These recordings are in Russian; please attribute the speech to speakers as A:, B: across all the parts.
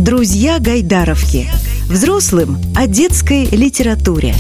A: Друзья Гайдаровки. Взрослым о детской литературе.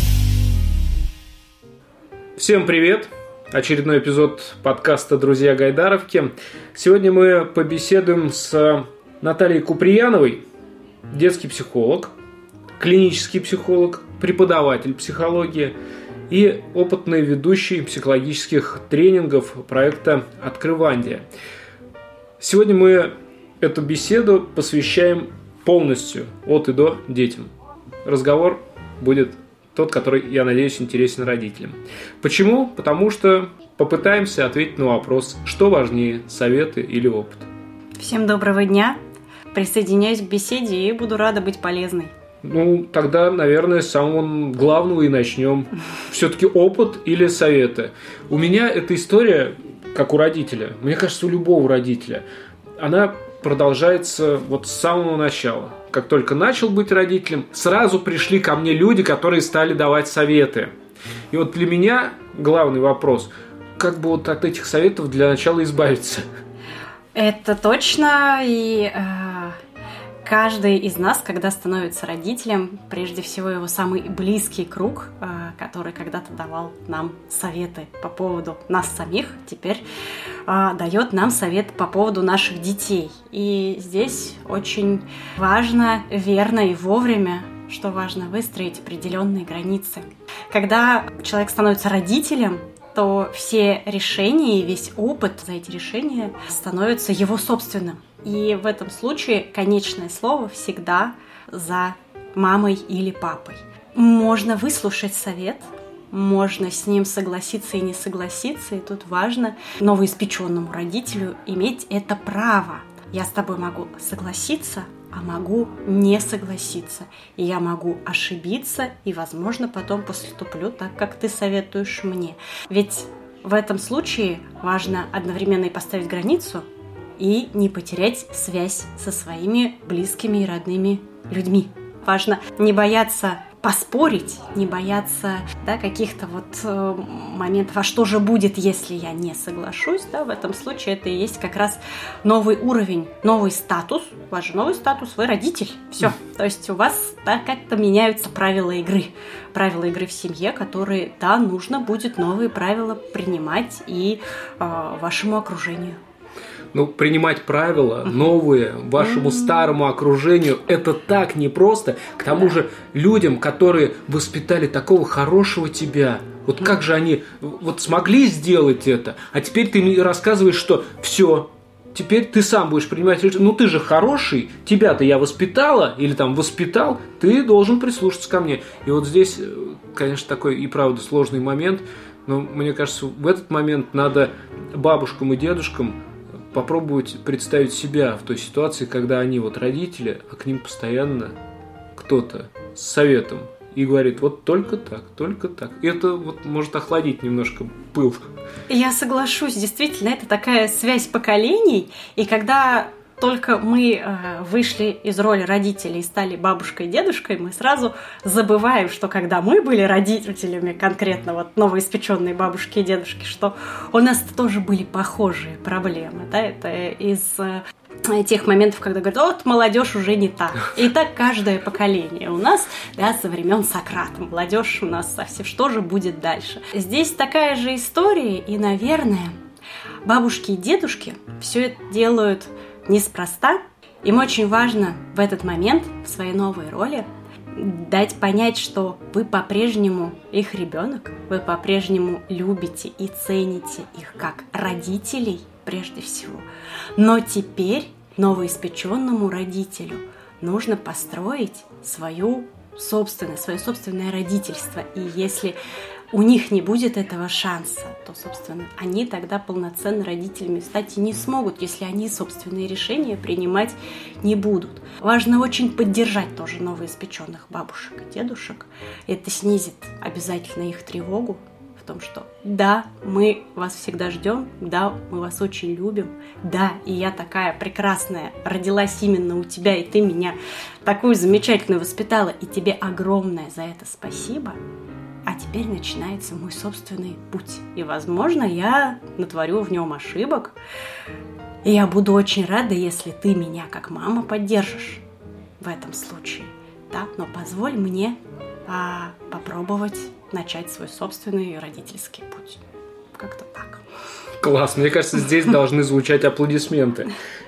B: Всем привет! Очередной эпизод подкаста «Друзья Гайдаровки». Сегодня мы побеседуем с Натальей Куприяновой, детский психолог, клинический психолог, преподаватель психологии и опытный ведущий психологических тренингов проекта «Открывандия». Сегодня мы эту беседу посвящаем полностью от и до детям. Разговор будет тот, который, я надеюсь, интересен родителям. Почему? Потому что попытаемся ответить на вопрос, что важнее, советы или опыт.
C: Всем доброго дня. Присоединяюсь к беседе и буду рада быть полезной.
B: Тогда, наверное, с самого главного и начнем. Все-таки опыт или советы? У меня эта история, как у родителя, мне кажется, у любого родителя, она продолжается вот с самого начала. Как только начал быть родителем, сразу пришли ко мне люди, которые стали давать советы. И вот для меня главный вопрос, как бы вот от этих советов для начала избавиться?
C: Это точно, и каждый из нас, когда становится родителем, прежде всего его самый близкий круг, который когда-то давал нам советы по поводу нас самих, теперь дает нам совет по поводу наших детей. И здесь очень важно, верно и вовремя, что важно, выстроить определенные границы. Когда человек становится родителем, то все решения и весь опыт за эти решения становятся его собственным. И в этом случае конечное слово всегда за мамой или папой. Можно выслушать совет, можно с ним согласиться и не согласиться, и тут важно новоиспеченному родителю иметь это право. Я с тобой могу согласиться, а могу не согласиться. И я могу ошибиться, и, возможно, потом поступлю так, как ты советуешь мне. Ведь в этом случае важно одновременно и поставить границу, и не потерять связь со своими близкими и родными людьми. Важно не бояться поспорить, не бояться каких-то моментов, а что же будет, если я не соглашусь. В этом случае это и есть как раз новый уровень, новый статус. У вас же новый статус, вы родитель. Все. То есть у вас как-то меняются правила игры. Правила игры в семье, которые, нужно будет новые правила принимать и вашему окружению.
B: Принимать правила новые вашему старому окружению, это так непросто. К тому же людям, которые воспитали такого хорошего тебя, как же они смогли сделать это, а теперь ты мне рассказываешь, что все, теперь ты сам будешь принимать решение. Ты же хороший, тебя-то я воспитала или воспитал, ты должен прислушаться ко мне. И вот здесь, конечно, такой и правда сложный момент, но мне кажется, в этот момент надо бабушкам и дедушкам попробовать представить себя в той ситуации, когда они родители, а к ним постоянно кто-то с советом и говорит, только так, только так. И это может охладить немножко пыл.
C: Я соглашусь, действительно, это такая связь поколений, и когда только мы вышли из роли родителей и стали бабушкой и дедушкой, мы сразу забываем, что когда мы были родителями, конкретно новоиспеченные бабушки и дедушки, что у нас тоже были похожие проблемы. Это из тех моментов, когда говорят, молодежь уже не так. И так каждое поколение. У нас, со времен Сократа, молодежь у нас совсем, что же будет дальше? Здесь такая же история, и, наверное, бабушки и дедушки все это делают неспроста. Им очень важно в этот момент, в своей новой роли, дать понять, что вы по-прежнему их ребенок, вы по-прежнему любите и цените их как родителей прежде всего. Но теперь новоиспеченному родителю нужно построить свое собственное родительство. И если у них не будет этого шанса, то, собственно, они тогда полноценно родителями стать и не смогут, если они собственные решения принимать не будут. Важно очень поддержать тоже новоиспеченных бабушек и дедушек. Это снизит обязательно их тревогу в том, что мы вас всегда ждем, мы вас очень любим, и я такая прекрасная, родилась именно у тебя, и ты меня такую замечательную воспитала, и тебе огромное за это спасибо. А теперь начинается мой собственный путь. И, возможно, я натворю в нем ошибок. И я буду очень рада, если ты меня, как мама, поддержишь. в этом случае, да, но позволь мне попробовать начать свой собственный родительский путь. Как-то так.
B: Класс, мне кажется, здесь должны звучать аплодисменты.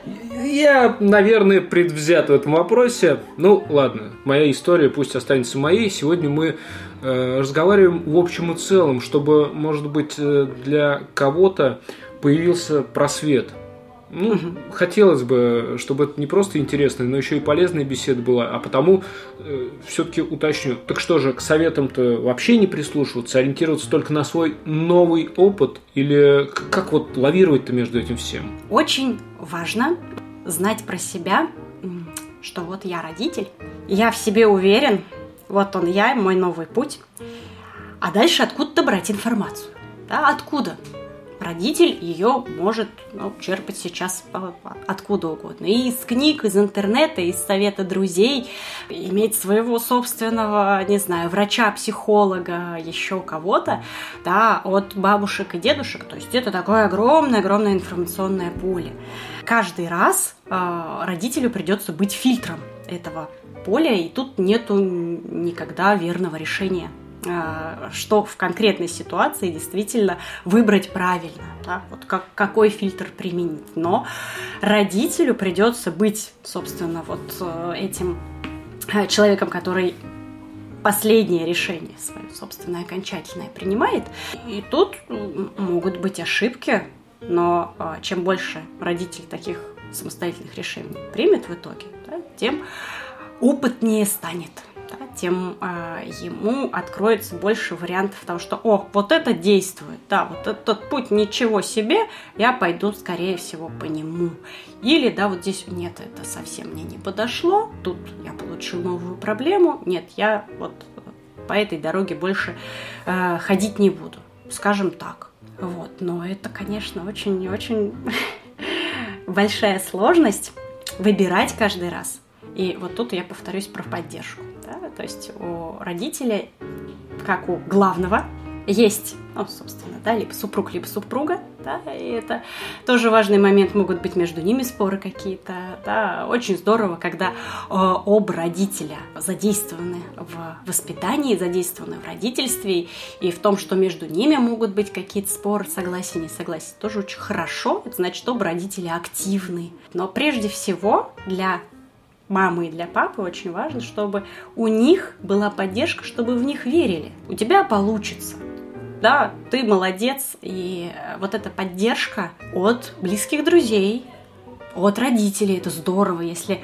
B: Я, наверное, предвзят в этом вопросе. Ну, ладно, моя история пусть останется моей. Сегодня мы разговариваем в общем и целом, чтобы, может быть, для кого-то появился просвет. Ну, хотелось бы, чтобы это не просто интересная, но еще и полезная беседа была, а потому все-таки уточню. Так что же, к советам-то вообще не прислушиваться, ориентироваться только на свой новый опыт? Или как вот лавировать-то между этим всем?
C: Очень важно знать про себя, что вот я родитель, я в себе уверен, вот он я, мой новый путь. А дальше откуда-то брать информацию. Да, откуда? Родитель ее может черпать сейчас откуда угодно. И из книг, из интернета, из совета друзей, иметь своего собственного, не знаю, врача, психолога, еще кого-то, да, от бабушек и дедушек. То есть это такое огромное-огромное информационное поле. Каждый раз родителю придется быть фильтром этого поля, и тут нету никогда верного решения, что в конкретной ситуации действительно выбрать правильно, да? Вот какой фильтр применить. Но родителю придется быть, собственно, вот этим человеком, который последнее решение свое собственное окончательное принимает. И тут могут быть ошибки, но чем больше родитель таких самостоятельных решений примет в итоге, да, тем опытнее станет. Тем ему откроется больше вариантов того, что вот это действует, да, вот этот путь ничего себе, я пойду, скорее всего, по нему. Или, да, вот здесь нет, это совсем мне не подошло, тут я получил новую проблему, нет, я вот по этой дороге больше ходить не буду, скажем так. Вот, но это, конечно, очень-очень большая сложность выбирать каждый раз. И вот тут я повторюсь про поддержку. Да? То есть у родителя, как у главного, есть, собственно, да, либо супруг, либо супруга. Да? И это тоже важный момент, могут быть между ними споры какие-то. Да? Очень здорово, когда оба родителя задействованы в воспитании, задействованы в родительстве, и в том, что между ними могут быть какие-то споры, согласие, несогласие. Тоже очень хорошо, это значит, оба родителя активны. Но прежде всего для мамы и для папы очень важно, чтобы у них была поддержка, чтобы в них верили. У тебя получится. Да, ты молодец. И вот эта поддержка от близких друзей, от родителей. Это здорово, если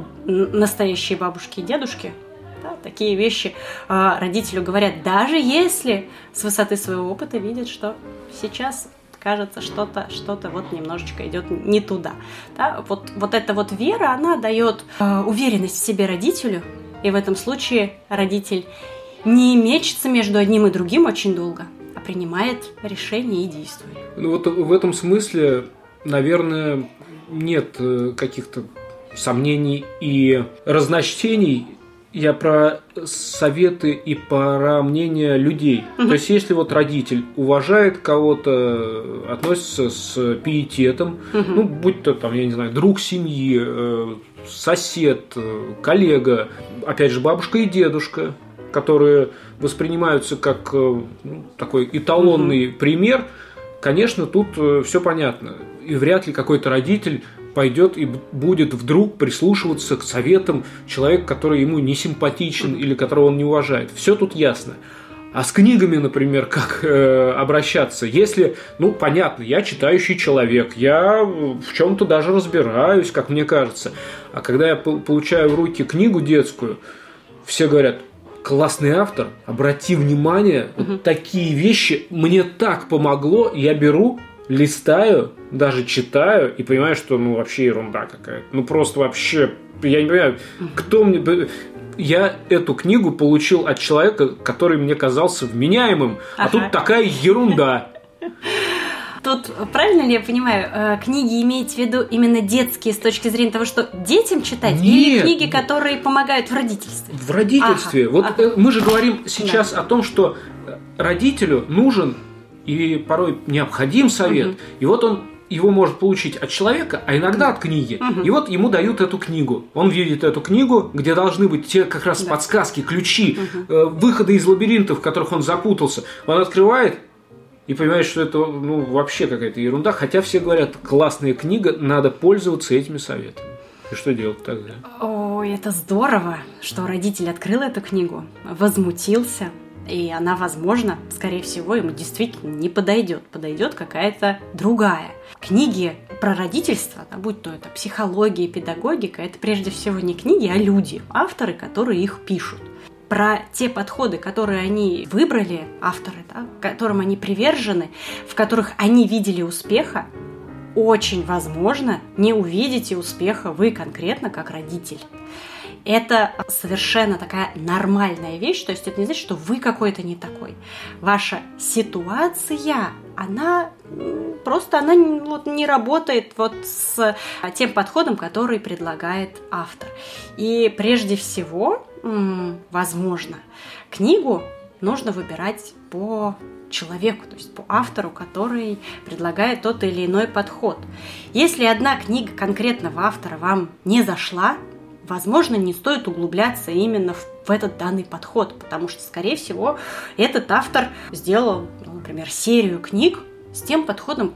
C: настоящие бабушки и дедушки, да, такие вещи родителю говорят, даже если с высоты своего опыта видят, что сейчас кажется, что-то вот немножечко идет не туда. Да? Вот эта вот вера, она дает уверенность в себе родителю, и в этом случае родитель не мечется между одним и другим очень долго, а принимает решение и действует.
B: Ну вот в этом смысле, наверное, нет каких-то сомнений и разночтений. Я про советы и про мнение людей. То есть, если вот родитель уважает кого-то, относится с пиететом, ну, будь то там, я не знаю, друг семьи, сосед, коллега, опять же, бабушка и дедушка, которые воспринимаются как такой эталонный пример, конечно, тут все понятно. И вряд ли какой-то родитель пойдет и будет вдруг прислушиваться к советам человека, который ему не симпатичен или которого он не уважает. Все тут ясно. А с книгами, например, как обращаться? Если, понятно, я читающий человек, я в чем-то даже разбираюсь, как мне кажется. А когда я получаю в руки книгу детскую, все говорят: классный автор, обрати внимание, вот такие вещи, мне так помогло, я беру, листаю, даже читаю и понимаю, что вообще ерунда какая-то. Просто вообще, я не понимаю, кто мне... Я эту книгу получил от человека, который мне казался вменяемым, а тут такая ерунда.
C: Тут, правильно ли я понимаю, книги имеете в виду именно детские с точки зрения того, что детям читать?
B: Нет.
C: Или книги, которые помогают в родительстве?
B: В родительстве. Мы же говорим сейчас о том, что родителю нужен и порой необходим совет. И вот он его может получить от человека, а иногда от книги. И вот ему дают эту книгу. Он видит эту книгу, где должны быть те как раз подсказки, ключи, выходы из лабиринтов, в которых он запутался. Он открывает и понимает, что это вообще какая-то ерунда. Хотя все говорят, классная книга, надо пользоваться этими советами. И что делать тогда?
C: Ой, это здорово, что родитель открыл эту книгу, возмутился. И она, возможно, скорее всего, ему действительно не подойдет. Подойдет какая-то другая. Книги про родительство, будь то это психология, педагогика, это прежде всего не книги, а люди, авторы, которые их пишут. Про те подходы, которые они выбрали, авторы, которым они привержены, в которых они видели успеха, очень возможно, не увидите успеха вы конкретно как родитель. Это совершенно такая нормальная вещь, то есть это не значит, что вы какой-то не такой. Ваша ситуация, она не работает с тем подходом, который предлагает автор. И прежде всего, возможно, книгу нужно выбирать по человеку, то есть по автору, который предлагает тот или иной подход. Если одна книга конкретного автора вам не зашла, возможно, не стоит углубляться именно в этот данный подход, потому что, скорее всего, этот автор сделал, например, серию книг с тем подходом,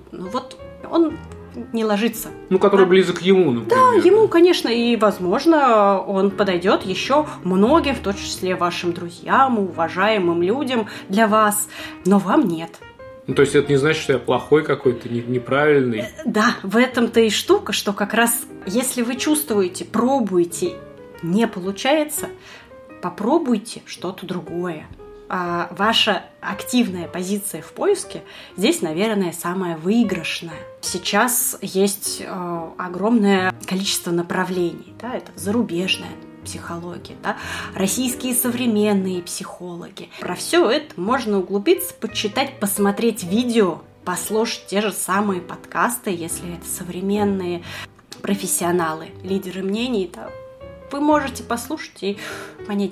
C: он не ложится.
B: Который близок ему, например.
C: Да, ему, конечно, и, возможно, он подойдет еще многим, в том числе вашим друзьям, уважаемым людям для вас, но вам нет.
B: То есть это не значит, что я плохой какой-то, неправильный?
C: Да, в этом-то и штука, что как раз если вы чувствуете, пробуете, не получается, попробуйте что-то другое. А ваша активная позиция в поиске здесь, наверное, самая выигрышная. Сейчас есть огромное количество направлений. Это зарубежная психология, российские современные психологи. Про все это можно углубиться, почитать, посмотреть видео, послушать те же самые подкасты, если это современные профессионалы, лидеры мнений. Вы можете послушать и понять,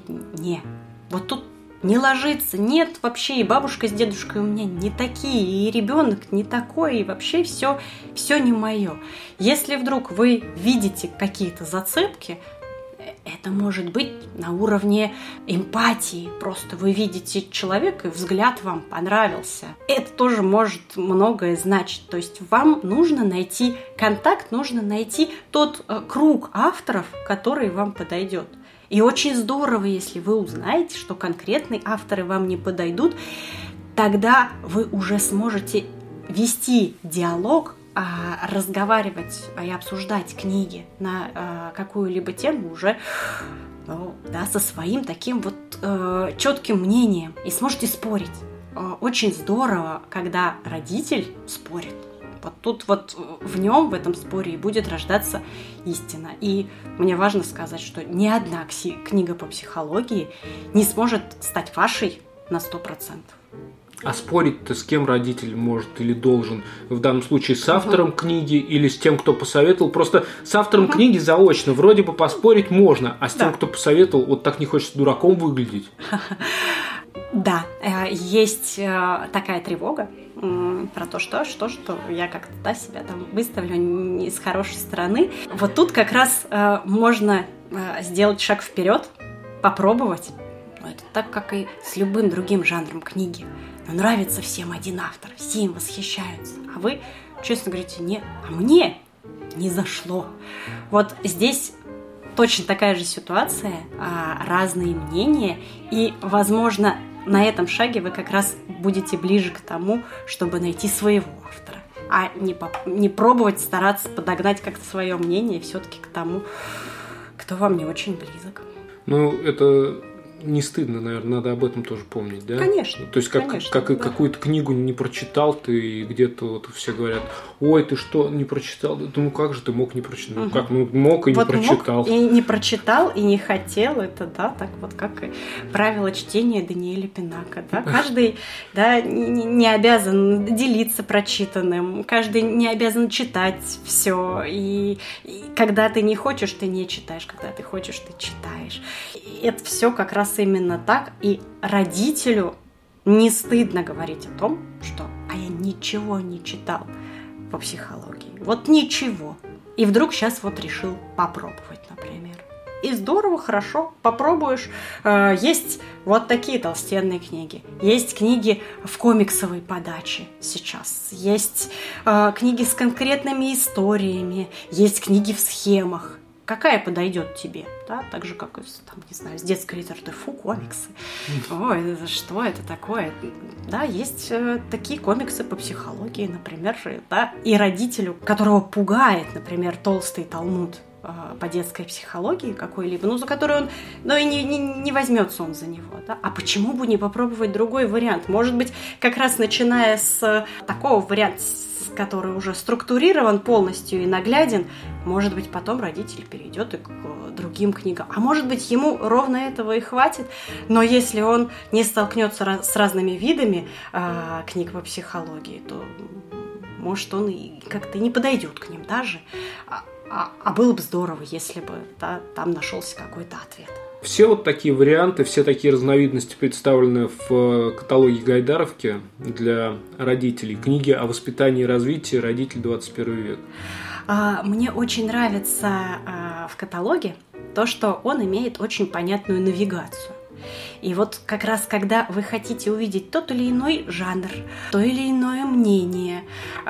C: тут не ложится, нет, вообще и бабушка с дедушкой у меня не такие, и ребенок не такой, и вообще все не мое. Если вдруг вы видите какие-то зацепки, это может быть на уровне эмпатии. Просто вы видите человека, и взгляд вам понравился. Это тоже может многое значить. То есть вам нужно найти контакт, нужно найти тот круг авторов, который вам подойдет. И очень здорово, если вы узнаете, что конкретные авторы вам не подойдут, тогда вы уже сможете вести диалог, разговаривать и обсуждать книги на какую-либо тему уже со своим таким четким мнением и сможете спорить. Очень здорово, когда родитель спорит. Тут в нем, в этом споре и будет рождаться истина. И мне важно сказать, что ни одна книга по психологии не сможет стать вашей на 100%.
B: А спорить-то с кем родитель может или должен? В данном случае с автором книги или с тем, кто посоветовал? Просто с автором книги заочно вроде бы поспорить можно, а с тем, кто посоветовал, так не хочется дураком выглядеть.
C: Да, есть такая тревога про то, что я как-то себя выставлю не с хорошей стороны. Тут как раз можно сделать шаг вперед, попробовать. Это так, как и с любым другим жанром книги. Но нравится всем один автор, все им восхищаются. А вы честно говорите, нет, а мне не зашло. Здесь точно такая же ситуация, разные мнения. И, возможно, на этом шаге вы как раз будете ближе к тому, чтобы найти своего автора. А не пробовать стараться подогнать как-то свое мнение все-таки к тому, кто вам не очень близок.
B: Это не стыдно, наверное, надо об этом тоже помнить, да?
C: Конечно.
B: То есть, как какую-то книгу не прочитал ты, и где-то все говорят, ой, ты что, не прочитал? Думаю, как же ты мог не прочитать? Мог и не прочитал.
C: Мог и не прочитал, и не хотел, это, так как и правило чтения Даниэля Пинака, Каждый, не обязан делиться прочитанным, каждый не обязан читать все, и когда ты не хочешь, ты не читаешь, когда ты хочешь, ты читаешь. И это все как раз именно так, и родителю не стыдно говорить о том, что я ничего не читал. по психологии. Вот ничего. И вдруг сейчас вот решил попробовать, например. И здорово, хорошо, попробуешь. Есть вот такие толстенные книги. Есть книги в комиксовой подаче сейчас. Есть книги с конкретными историями. Есть книги в схемах. Какая подойдет тебе? Да? Так же, как там, не знаю, с детской литературы. Фу, комиксы. Ой, что это такое? Да, есть такие комиксы по психологии, например, да, и родителю, которого пугает, например, толстый талмуд по детской психологии какой-либо, ну, за который он, ну, и не возьмется он за него, да? А почему бы не попробовать другой вариант? Может быть, как раз начиная с такого варианта, который уже структурирован полностью и нагляден, может быть, потом родитель перейдет и к другим книгам. А может быть, ему ровно этого и хватит, но если он не столкнется с разными видами книг по психологии, то, может, он и как-то не подойдет к ним даже. А было бы здорово, если бы, да, там нашелся какой-то ответ.
B: Все вот такие варианты, все такие разновидности представлены в каталоге Гайдаровки для родителей. Книги о воспитании и развитии родителей 21 век.
C: Мне очень нравится в каталоге то, что он имеет очень понятную навигацию. И вот как раз, когда вы хотите увидеть тот или иной жанр, то или иное мнение,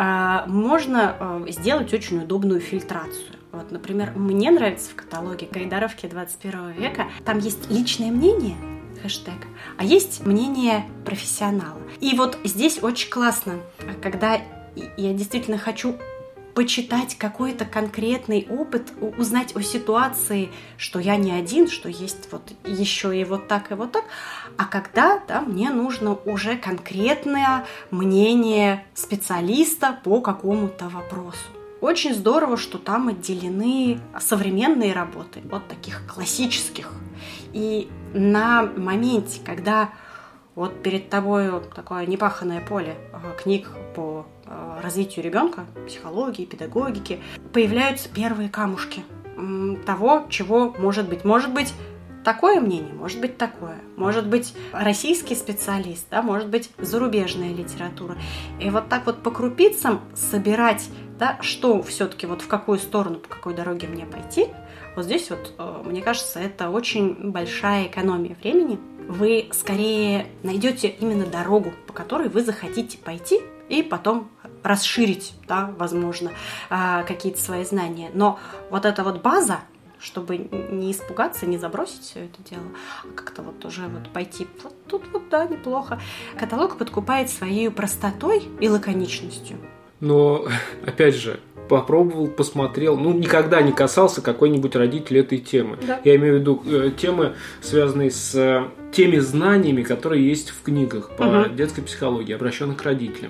C: можно сделать очень удобную фильтрацию. Вот, например, мне нравится в каталоге Гайдаровки 21 века, там есть личное мнение, хэштег, а есть мнение профессионала. И вот здесь очень классно, когда я действительно хочу почитать какой-то конкретный опыт, узнать о ситуации, что я не один, что есть вот еще и вот так, а когда, да, мне нужно уже конкретное мнение специалиста по какому-то вопросу. Очень здорово, что там отделены современные работы от таких классических. И на моменте, когда вот перед тобой такое непаханное поле книг по развитию ребенка, психологии, педагогики, появляются первые камушки того, чего может быть. Может быть такое мнение, может быть такое. Может быть российский специалист, да, может быть зарубежная литература. И вот так вот по крупицам собирать, да, что все-таки вот в какую сторону, по какой дороге мне пойти, вот здесь вот, мне кажется, это очень большая экономия времени. Вы скорее найдете именно дорогу, по которой вы захотите пойти, и потом расширить, да, возможно, какие-то свои знания. Но вот эта вот база, чтобы не испугаться, не забросить все это дело, а как-то вот уже вот пойти вот тут вот, да, неплохо. Каталог подкупает своей простотой и лаконичностью.
B: Но, опять же, попробовал, посмотрел, ну, никогда не касался какой-нибудь родитель этой темы. Да. Я имею в виду темы, связанные с теми знаниями, которые есть в книгах по детской психологии, обращенных к родителям.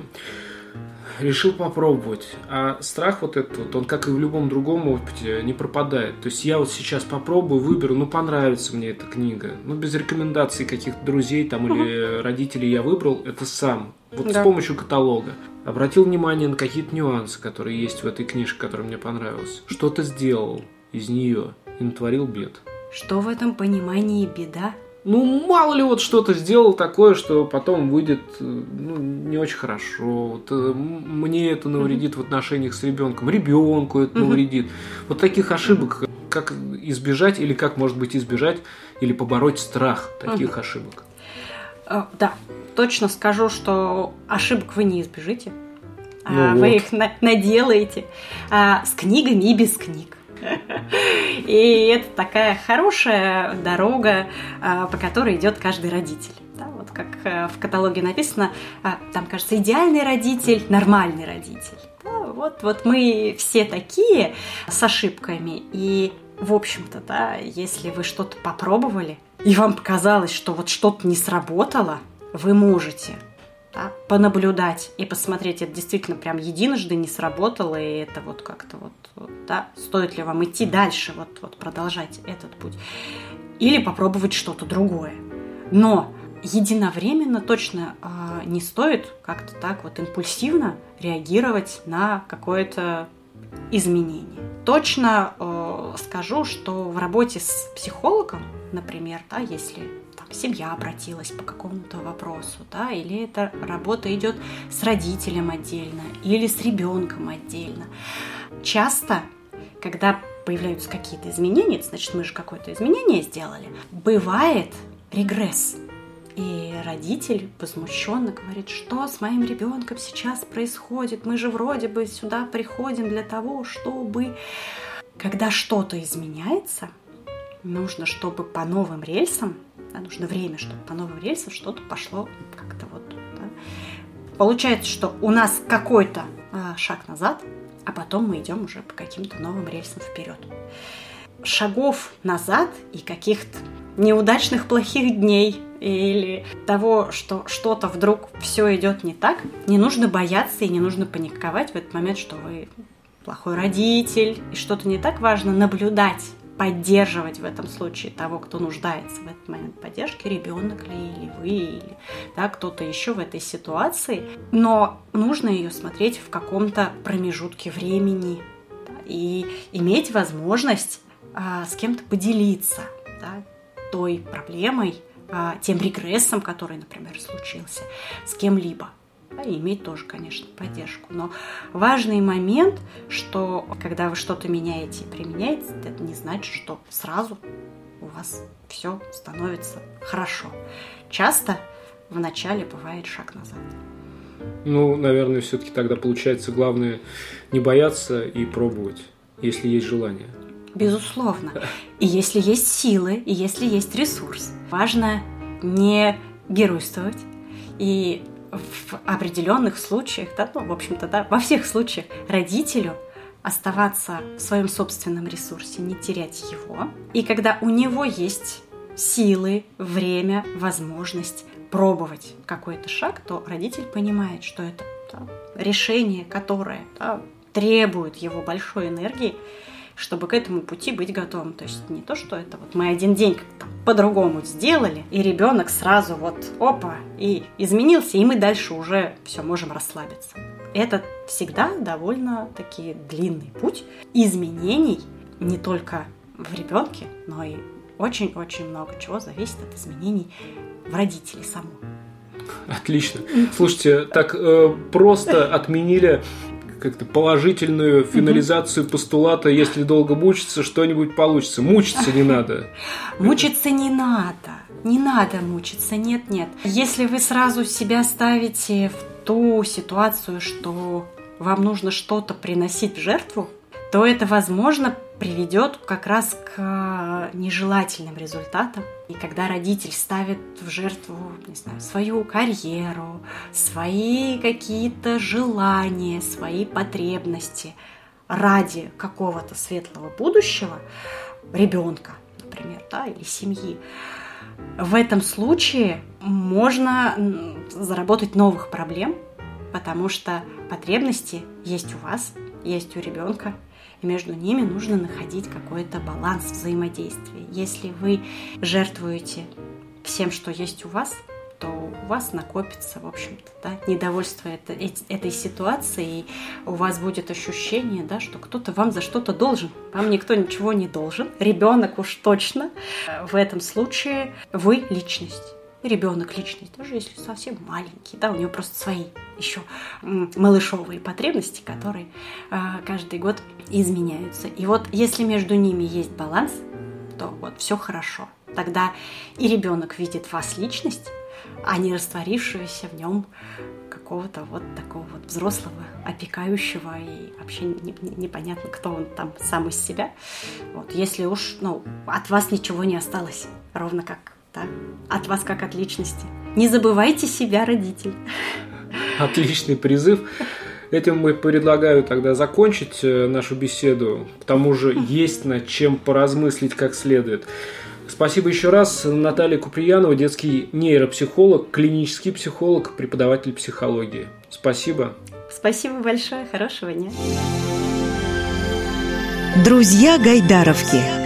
B: Решил попробовать. А страх вот этот, вот, он, как и в любом другом опыте, не пропадает. То есть я вот сейчас попробую, выберу, ну, понравится мне эта книга. Ну, без рекомендаций каких-то друзей там или родителей я выбрал это сам. Вот с помощью каталога. Обратил внимание на какие-то нюансы, которые есть в этой книжке, которая мне понравилась. Что-то сделал из нее и натворил бед.
C: Что в этом понимании беда?
B: Ну, мало ли вот что-то сделал такое, что потом выйдет, ну, не очень хорошо. Вот, мне это навредит в отношениях с ребенком, ребенку это навредит. Вот таких ошибок, как избежать или как, может быть, избежать или побороть страх таких ошибок.
C: Да, точно скажу, что ошибок вы не избежите.
B: Ну
C: вы
B: вот.
C: их наделаете с книгами и без книг. И это такая хорошая дорога, по которой идет каждый родитель. Да, вот как в каталоге написано, там, кажется, идеальный родитель, нормальный родитель. Да, вот мы все такие с ошибками. И, в общем-то, да, если вы что-то попробовали, и вам показалось, что вот что-то не сработало, вы можете, да, понаблюдать и посмотреть, это действительно прям единожды не сработало, и это вот как-то вот, да, стоит ли вам идти дальше, вот продолжать этот путь, или попробовать что-то другое. Но единовременно точно не стоит как-то так вот импульсивно реагировать на какое-то изменение. Точно скажу, что в работе с психологом, например, да, если там семья обратилась по какому-то вопросу, да, или эта работа идет с родителем отдельно, или с ребенком отдельно. Часто, когда появляются какие-то изменения, значит, мы же какое-то изменение сделали, бывает регресс. И родитель возмущенно говорит, что с моим ребенком сейчас происходит, мы же вроде бы сюда приходим для того, чтобы... Когда что-то изменяется, нужно, чтобы по новым рельсам, да, нужно время, чтобы по новым рельсам что-то пошло как-то вот. Да. Получается, что у нас какой-то шаг назад, а потом мы идем уже по каким-то новым рельсам вперед. Шагов назад и каких-то неудачных плохих дней или того, что что-то вдруг все идет не так, не нужно бояться и не нужно паниковать в этот момент, что вы плохой родитель и что-то не так. Важно наблюдать, поддерживать в этом случае того, кто нуждается в этот момент поддержки, ребенок ли, или вы, или да, кто-то еще в этой ситуации. Но нужно ее смотреть в каком-то промежутке времени, да, и иметь возможность с кем-то поделиться, да, той проблемой, тем регрессом, который, например, случился, с кем-либо. Да, и иметь тоже, конечно, поддержку. Но важный момент, что когда вы что-то меняете и применяете, это не значит, что сразу у вас все становится хорошо. Часто в начале бывает шаг назад.
B: Ну, наверное, все-таки тогда получается главное не бояться и пробовать, если есть желание.
C: Безусловно. И если есть силы, и если есть ресурс. Важно не геройствовать. И в определенных случаях, да, ну, в общем-то, да, во всех случаях родителю оставаться в своем собственном ресурсе, не терять его. И когда у него есть силы, время, возможность пробовать какой-то шаг, то родитель понимает, что это решение, которое требует его большой энергии, чтобы к этому пути быть готовым. То есть не то, что это вот мы один день как-то по-другому сделали, и ребенок сразу вот опа, и изменился, и мы дальше уже все можем расслабиться. Это всегда довольно-таки длинный путь изменений не только в ребенке, но и очень-очень много чего зависит от изменений в родителе самом.
B: Отлично. Слушайте, так просто отменили как-то положительную финализацию постулата: если долго мучиться, что-нибудь получится. Мучиться не надо.
C: Мучиться не надо. Не надо мучиться. Нет. Если вы сразу себя ставите в ту ситуацию, что вам нужно что-то приносить в жертву, то это, возможно, приведет как раз к нежелательным результатам. И когда родитель ставит в жертву, не знаю, свою карьеру, свои какие-то желания, свои потребности ради какого-то светлого будущего ребенка, например, да, или семьи, в этом случае можно заработать новых проблем, потому что потребности есть у вас, есть у ребенка. И между ними нужно находить какой-то баланс взаимодействия. Если вы жертвуете всем, что есть у вас, то у вас накопится, в общем-то, да, недовольство этой ситуацией, и у вас будет ощущение, да, что кто-то вам за что-то должен. Вам никто ничего не должен. Ребенок уж точно. В этом случае вы личность. Ребенок личность, даже если совсем маленький, да, у него просто свои еще малышовые потребности, которые каждый год изменяются. И вот если между ними есть баланс, то вот все хорошо. Тогда и ребенок видит вас личность, а не растворившегося в нем какого-то вот такого вот взрослого, опекающего, и вообще непонятно, кто он там сам из себя. Вот, если уж от вас ничего не осталось, ровно как от вас как от личности. Не забывайте себя, родитель.
B: Отличный призыв. Этим мы предлагаю тогда закончить нашу беседу. К тому же есть над чем поразмыслить как следует. Спасибо еще раз. Наталья Куприянова, детский нейропсихолог, клинический психолог, преподаватель психологии. Спасибо.
C: Спасибо большое. Хорошего дня.
A: Друзья Гайдаровки.